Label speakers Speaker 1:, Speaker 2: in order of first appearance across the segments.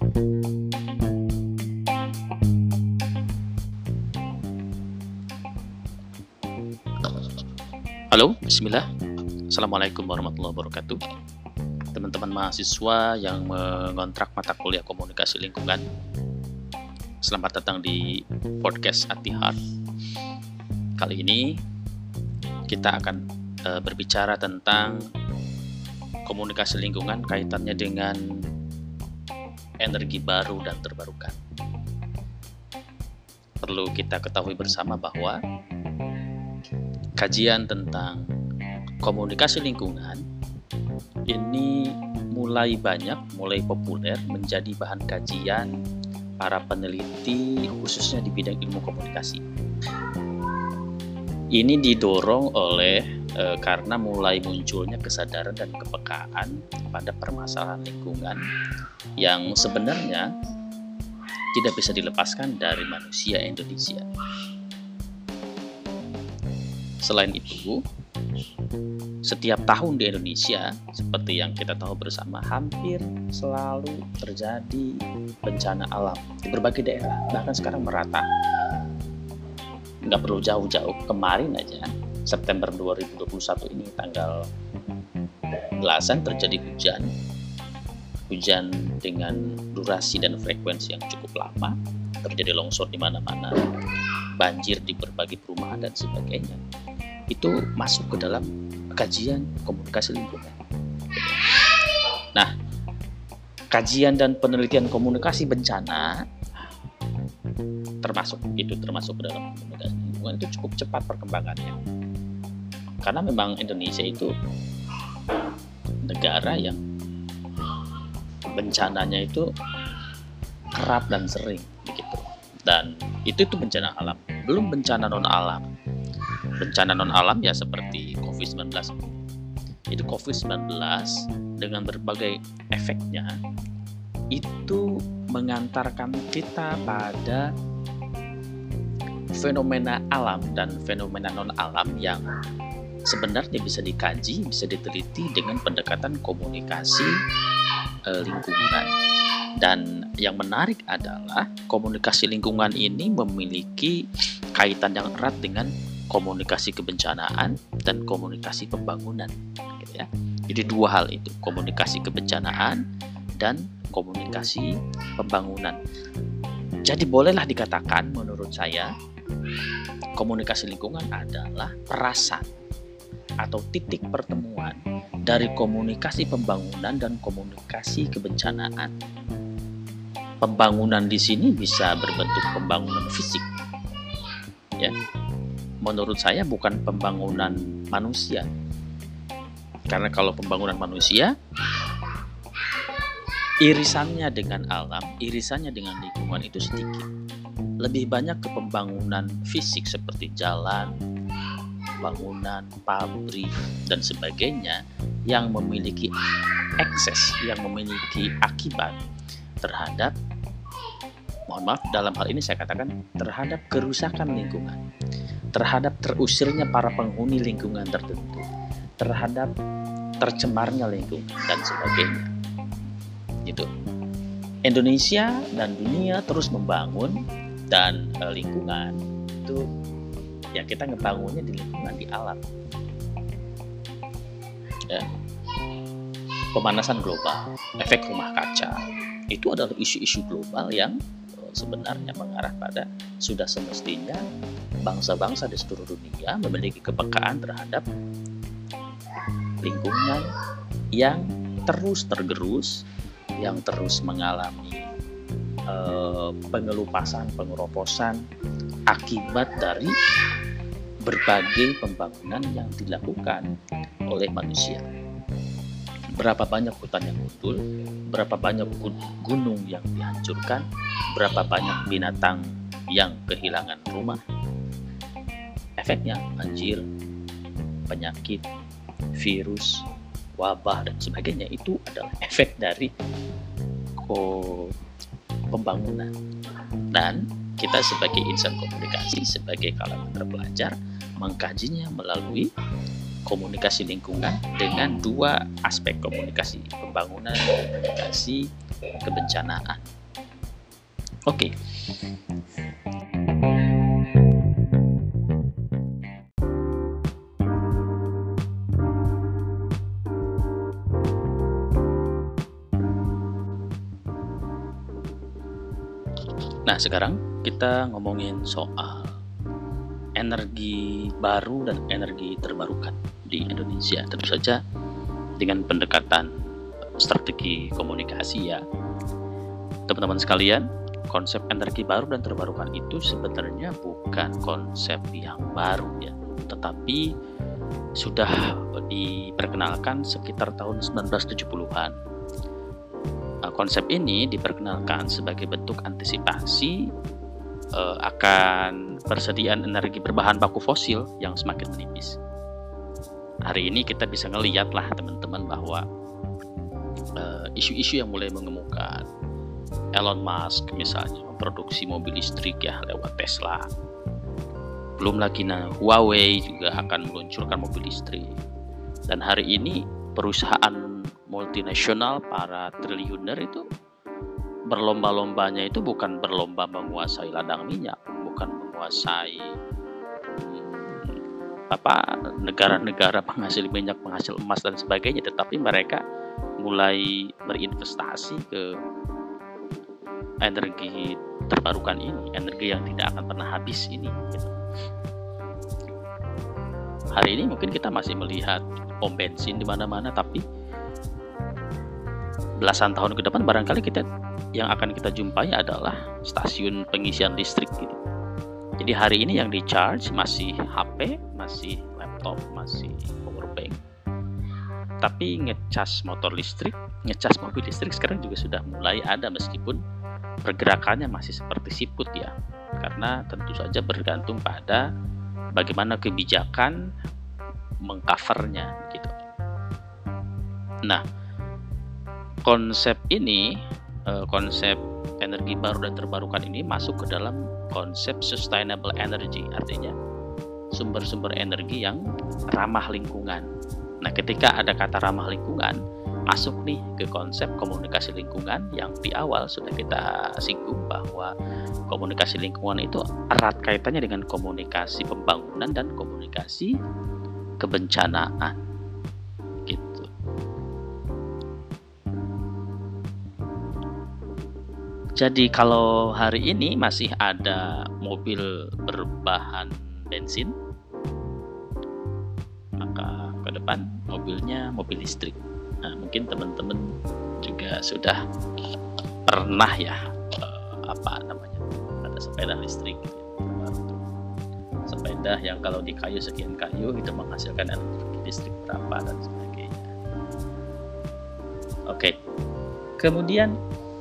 Speaker 1: Halo, bismillah. Assalamualaikum warahmatullahi wabarakatuh. Teman-teman mahasiswa yang mengontrak mata kuliah komunikasi lingkungan, selamat datang di podcast Atihar. Kali ini kita akan berbicara tentang komunikasi lingkungan kaitannya dengan energi baru dan terbarukan. Perlu kita ketahui bersama bahwa kajian tentang komunikasi lingkungan ini mulai populer menjadi bahan kajian para peneliti khususnya di bidang ilmu komunikasi. Ini didorong oleh karena mulai munculnya kesadaran dan kepekaan pada permasalahan lingkungan yang sebenarnya tidak bisa dilepaskan dari manusia Indonesia. Selain itu, setiap tahun di Indonesia, seperti yang kita tahu bersama, hampir selalu terjadi bencana alam di berbagai daerah, bahkan sekarang merata. Nggak perlu jauh-jauh, kemarin aja, September 2021 ini, tanggal belasan terjadi hujan dengan durasi dan frekuensi yang cukup lama, terjadi longsor di mana-mana, banjir di berbagai perumahan dan sebagainya. Itu masuk ke dalam kajian komunikasi lingkungan. Nah, kajian dan penelitian komunikasi bencana termasuk ke dalam komunikasi lingkungan itu cukup cepat perkembangannya. Karena memang Indonesia itu negara yang bencananya itu kerap dan sering begitu. Dan itu bencana alam, belum bencana non alam. Bencana non-alam ya seperti COVID-19. Itu COVID-19 dengan berbagai efeknya itu mengantarkan kita pada fenomena alam dan fenomena non-alam yang sebenarnya bisa dikaji, bisa diteliti dengan pendekatan komunikasi lingkungan. Dan yang menarik adalah komunikasi lingkungan ini memiliki kaitan yang erat dengan komunikasi kebencanaan dan komunikasi pembangunan, gitu ya. Jadi dua hal itu, komunikasi kebencanaan dan komunikasi pembangunan. Jadi bolehlah dikatakan menurut saya komunikasi lingkungan adalah perasan atau titik pertemuan dari komunikasi pembangunan dan komunikasi kebencanaan. Pembangunan di sini bisa berbentuk pembangunan fisik, ya. Menurut saya bukan pembangunan manusia. Karena kalau pembangunan manusia, irisannya dengan alam, irisannya dengan lingkungan itu sedikit. Lebih banyak ke pembangunan fisik seperti jalan, bangunan, pabrik, dan sebagainya yang memiliki ekses, yang memiliki akibat terhadap, dalam hal ini saya katakan terhadap kerusakan lingkungan, terhadap terusirnya para penghuni lingkungan tertentu, terhadap tercemarnya lingkungan dan sebagainya. Gitu. Indonesia dan dunia terus membangun dan lingkungan itu ya kita ngebangunnya di lingkungan, di alam. Ya. Pemanasan global, efek rumah kaca, itu adalah isu-isu global yang sebenarnya mengarah pada sudah semestinya bangsa-bangsa di seluruh dunia memiliki kepekaan terhadap lingkungan yang terus tergerus, yang terus mengalami pengelupasan, pengeroposan akibat dari berbagai pembangunan yang dilakukan oleh manusia. Berapa banyak hutan yang gundul, berapa banyak gunung yang dihancurkan, berapa banyak binatang yang kehilangan rumah. Efeknya banjir, penyakit, virus, wabah, dan sebagainya itu adalah efek dari pembangunan. Dan kita sebagai insan komunikasi, sebagai kalangan terpelajar, mengkajinya melalui komunikasi lingkungan dengan dua aspek komunikasi pembangunan, komunikasi kebencanaan. Oke. Nah, sekarang kita ngomongin soal energi baru dan energi terbarukan di Indonesia. Tentu saja dengan pendekatan strategi komunikasi ya. Teman-teman sekalian, konsep energi baru dan terbarukan itu sebenarnya bukan konsep yang baru ya, tetapi sudah diperkenalkan sekitar tahun 1970-an. Konsep ini diperkenalkan sebagai bentuk antisipasi akan persediaan energi berbahan baku fosil yang semakin menipis. Hari ini kita bisa ngelihat lah teman-teman bahwa isu-isu yang mulai mengemuka. Elon Musk misalnya memproduksi mobil listrik ya lewat Tesla. Belum lagi Huawei juga akan meluncurkan mobil listrik. Dan hari ini perusahaan multinasional para triliuner itu berlomba-lombanya itu bukan berlomba menguasai ladang minyak, bukan menguasai negara-negara penghasil minyak, penghasil emas dan sebagainya, tetapi mereka mulai berinvestasi ke energi terbarukan ini, energi yang tidak akan pernah habis ini gitu. Hari ini mungkin kita masih melihat pom bensin di mana-mana, tapi belasan tahun ke depan barangkali yang akan kita jumpai adalah stasiun pengisian listrik gitu. Jadi hari ini yang di charge masih HP, masih laptop, masih power bank. Tapi ngecas motor listrik, ngecas mobil listrik sekarang juga sudah mulai ada, meskipun pergerakannya masih seperti siput ya. Karena tentu saja bergantung pada bagaimana kebijakan mengcovernya gitu. Nah, konsep ini, konsep energi baru dan terbarukan ini masuk ke dalam konsep sustainable energy, artinya sumber-sumber energi yang ramah lingkungan. Nah, ketika ada kata ramah lingkungan, masuk nih ke konsep komunikasi lingkungan yang di awal sudah kita singgung bahwa komunikasi lingkungan itu erat kaitannya dengan komunikasi pembangunan dan komunikasi kebencanaan gitu. Jadi kalau hari ini masih ada mobil berbahan bensin, maka ke depan mobilnya mobil listrik. Nah, mungkin teman-teman juga sudah pernah ya ada sepeda listrik gitu. Sepeda yang kalau di kayu sekian kayu itu menghasilkan energi listrik berapa dan sebagainya. Oke. Kemudian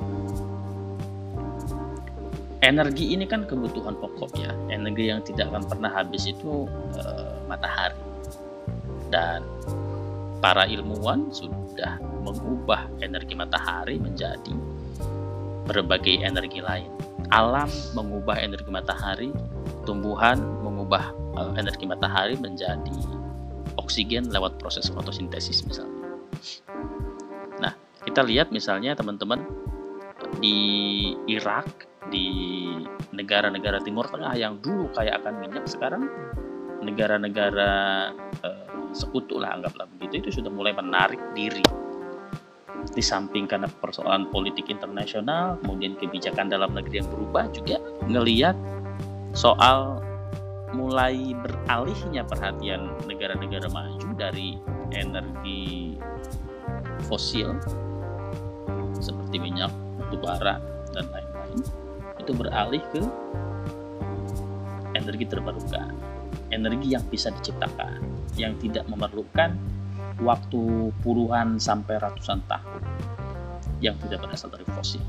Speaker 1: energi ini kan kebutuhan pokok ya. Energi yang tidak akan pernah habis itu matahari. Dan para ilmuwan sudah mengubah energi matahari menjadi berbagai energi lain. Alam mengubah energi matahari, tumbuhan mengubah energi matahari menjadi oksigen lewat proses fotosintesis misalnya. Nah, kita lihat misalnya teman-teman di Irak, di negara-negara Timur Tengah yang dulu kaya akan minyak, sekarang negara-negara sekutu lah anggaplah begitu, itu sudah mulai menarik diri. Di samping karena persoalan politik internasional, kemudian kebijakan dalam negeri yang berubah, juga ngelihat soal mulai beralihnya perhatian negara-negara maju dari energi fosil seperti minyak, batu bara dan lain-lain, itu beralih ke energi terbarukan, energi yang bisa diciptakan, yang tidak memerlukan waktu puluhan sampai ratusan tahun, yang tidak berasal dari fosil.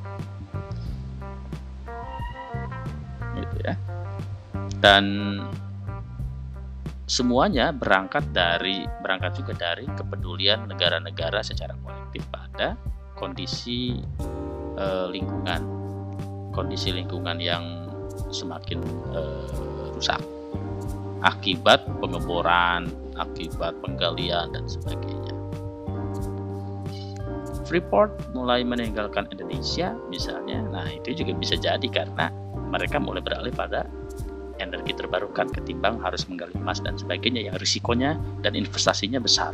Speaker 1: Gitu ya. Dan semuanya berangkat juga dari kepedulian negara-negara secara kolektif pada kondisi lingkungan, kondisi lingkungan yang semakin rusak akibat pengeboran, akibat penggalian dan sebagainya. Freeport mulai meninggalkan Indonesia misalnya, nah itu juga bisa jadi karena mereka mulai beralih pada energi terbarukan ketimbang harus menggali emas dan sebagainya yang risikonya dan investasinya besar.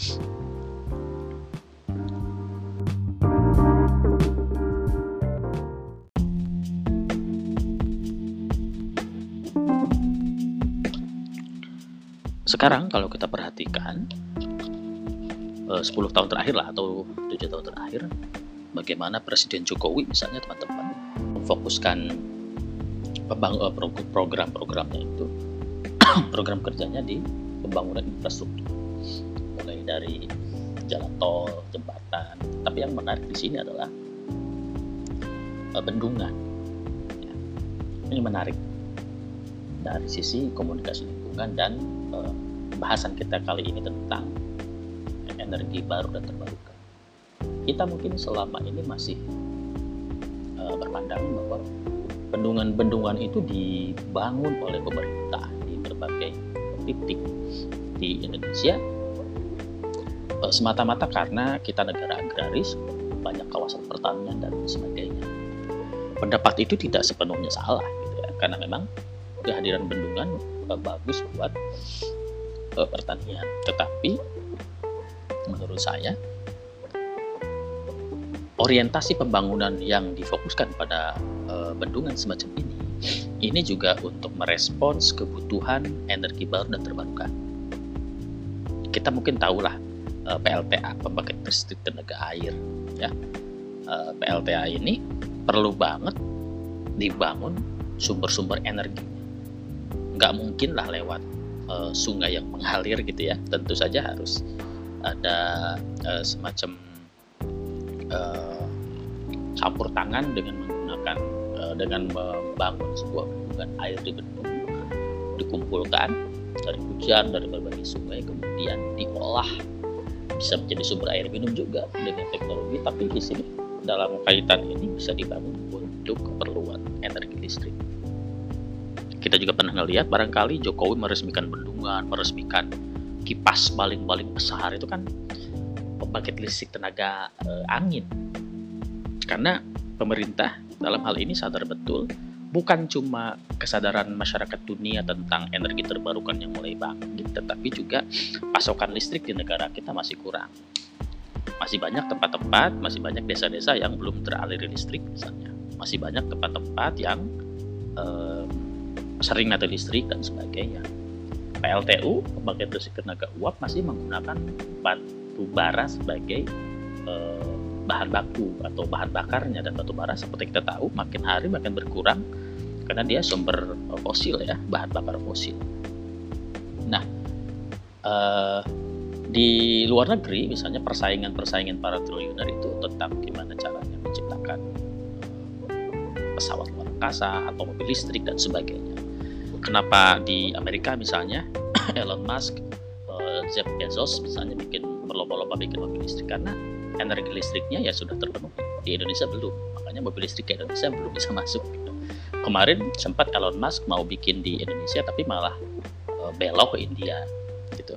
Speaker 1: Sekarang kalau kita perhatikan 10 tahun terakhir lah atau 7 tahun terakhir, bagaimana Presiden Jokowi misalnya teman-teman memfokuskan program-programnya itu program kerjanya di pembangunan infrastruktur, mulai dari jalan tol, jembatan. Tapi yang menarik di sini adalah bendungan. Ya. Ini menarik dari sisi komunikasi lingkungan dan bahasan kita kali ini tentang energi baru dan terbarukan. Kita mungkin selama ini masih berpandangan bahwa bendungan-bendungan itu dibangun oleh pemerintah di berbagai titik di Indonesia semata-mata karena kita negara agraris, banyak kawasan pertanian dan sebagainya. Pendapat itu tidak sepenuhnya salah, gitu ya, karena memang kehadiran bendungan bagus buat pertanian. Tetapi menurut saya orientasi pembangunan yang difokuskan pada bendungan semacam ini juga untuk merespons kebutuhan energi baru dan terbarukan. Kita mungkin tahulah PLTA, pembangkit listrik tenaga air, ya. PLTA ini perlu banget dibangun sumber-sumber energi. Nggak mungkin lah lewat sungai yang mengalir gitu ya. Tentu saja harus ada semacam campur tangan dengan menggunakan dengan membangun sebuah bendungan air di bendung, dikumpulkan dari hujan dari berbagai sungai, kemudian diolah bisa menjadi sumber air minum juga dengan teknologi. Tapi di sini dalam kaitan ini bisa dibangun untuk keperluan energi listrik. Kita juga pernah melihat barangkali Jokowi meresmikan bendungan, meresmikan kipas baling-baling besar itu kan pembangkit listrik tenaga angin. Karena pemerintah dalam hal ini sadar betul bukan cuma kesadaran masyarakat dunia tentang energi terbarukan yang mulai bangkit, tetapi juga pasokan listrik di negara kita masih kurang. Masih banyak tempat-tempat, masih banyak desa-desa yang belum teraliri listrik misalnya. Masih banyak tempat-tempat yang sering mati listrik dan sebagainya. PLTU, pembangkit listrik tenaga uap, masih menggunakan batu bara sebagai bahan baku atau bahan bakarnya, dan batu bara seperti kita tahu makin hari makin berkurang karena dia sumber fosil ya, bahan bakar fosil. Nah, di luar negeri misalnya persaingan para triliuner itu tentang gimana caranya menciptakan pesawat luar angkasa atau mobil listrik dan sebagainya. Kenapa di Amerika misalnya Elon Musk, Jeff Bezos misalnya berlomba-lomba bikin mobil listrik, karena energi listriknya ya sudah terpenuhi. Di Indonesia belum, makanya mobil listrik ke Indonesia belum bisa masuk. Kemarin sempat Elon Musk mau bikin di Indonesia tapi malah belok ke India gitu.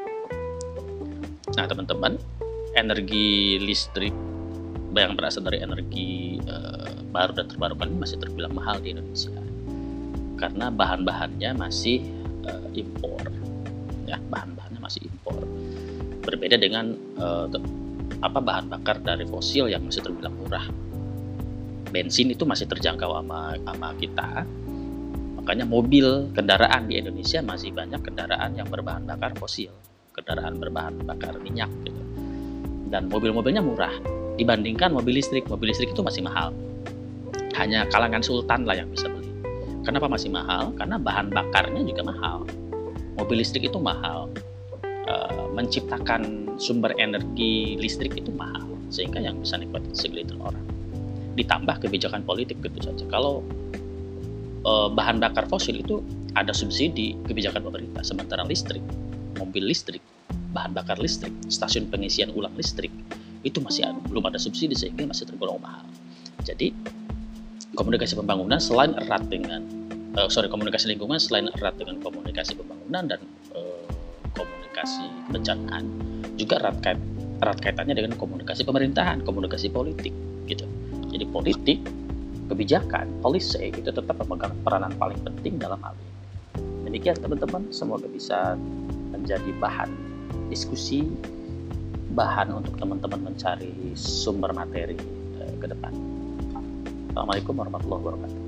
Speaker 1: Nah teman-teman, energi listrik yang berasal dari energi baru dan terbarukan ini masih terbilang mahal di Indonesia karena bahan-bahannya masih impor, ya, bahan-bahannya masih impor. Berbeda dengan bahan bakar dari fosil yang masih terbilang murah. Bensin itu masih terjangkau sama kita. Makanya mobil, kendaraan di Indonesia masih banyak kendaraan yang berbahan bakar fosil, kendaraan berbahan bakar minyak gitu. Dan mobil-mobilnya murah dibandingkan mobil listrik. Mobil listrik itu masih mahal. Hanya kalangan sultan lah yang bisa beli. Kenapa masih mahal? Karena bahan bakarnya juga mahal. Mobil listrik itu mahal. Menciptakan sumber energi listrik itu mahal, sehingga yang bisa nikmatin segelintir orang. Ditambah kebijakan politik tentu saja. Kalau bahan bakar fosil itu ada subsidi kebijakan pemerintah, sementara listrik, mobil listrik, bahan bakar listrik, stasiun pengisian ulang listrik itu masih belum ada subsidi, sehingga masih tergolong mahal. Jadi komunikasi pembangunan selain erat dengan komunikasi lingkungan selain erat dengan komunikasi pembangunan dan komunikasi kebencanaan juga erat kaitannya dengan komunikasi pemerintahan, komunikasi politik gitu. Jadi politik, kebijakan, policy itu tetap memegang peranan paling penting dalam hal ini. Demikian teman-teman, semoga bisa menjadi bahan diskusi, bahan untuk teman-teman mencari sumber materi ke depan. Assalamualaikum warahmatullahi wabarakatuh.